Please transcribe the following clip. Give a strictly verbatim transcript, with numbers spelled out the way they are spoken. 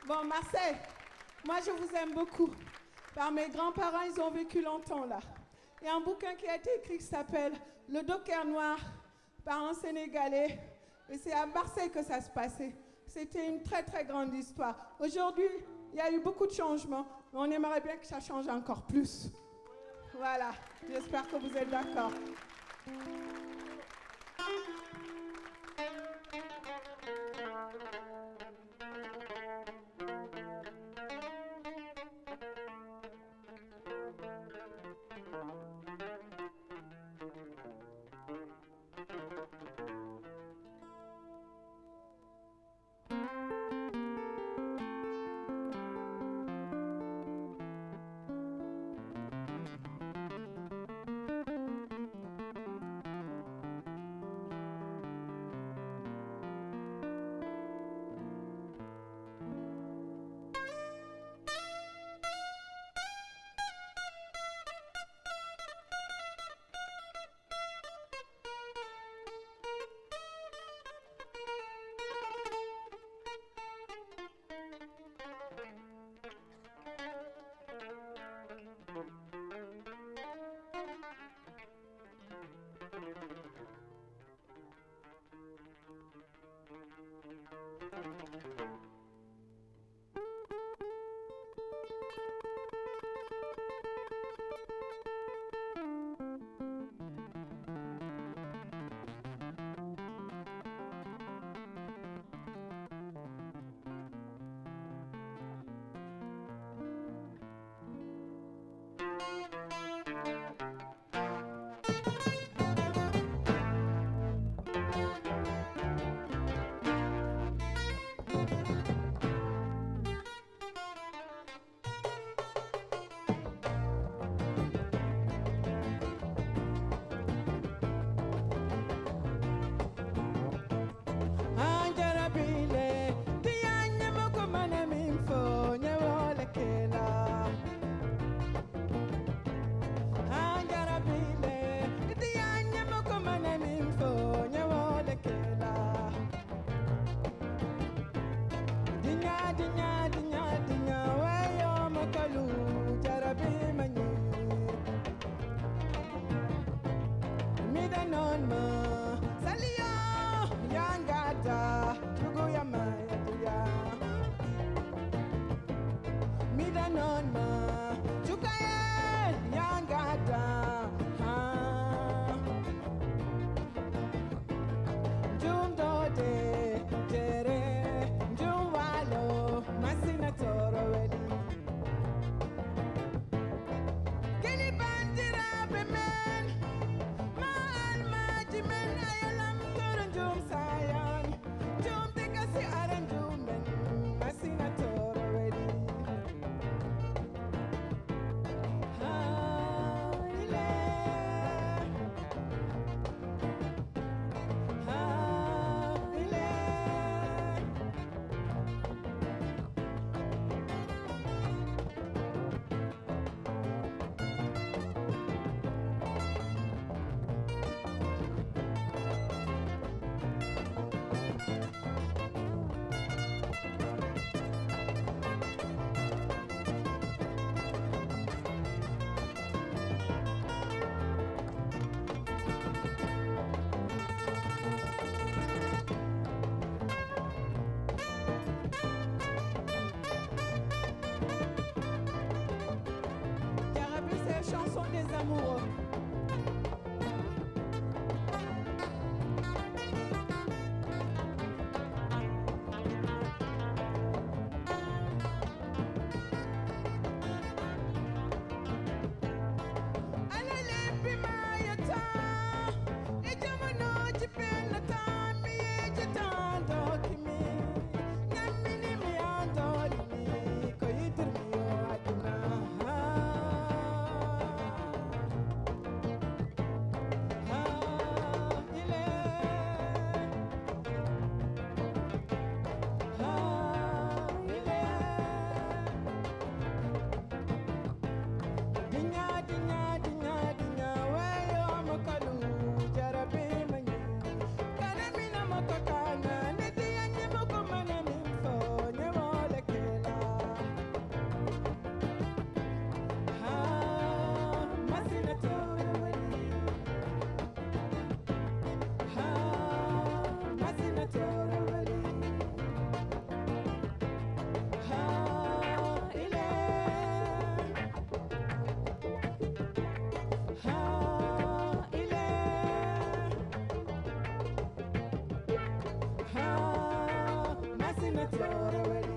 Bon, Marseille, moi je vous aime beaucoup. Par mes grands-parents, ils ont vécu longtemps là. Il y a un bouquin qui a été écrit qui s'appelle Le Docker Noir par un Sénégalais. Et c'est à Marseille que ça se passait. C'était une très très grande histoire. Aujourd'hui, il y a eu beaucoup de changements, mais on aimerait bien que ça change encore plus. Voilà, j'espère que vous êtes d'accord. it's already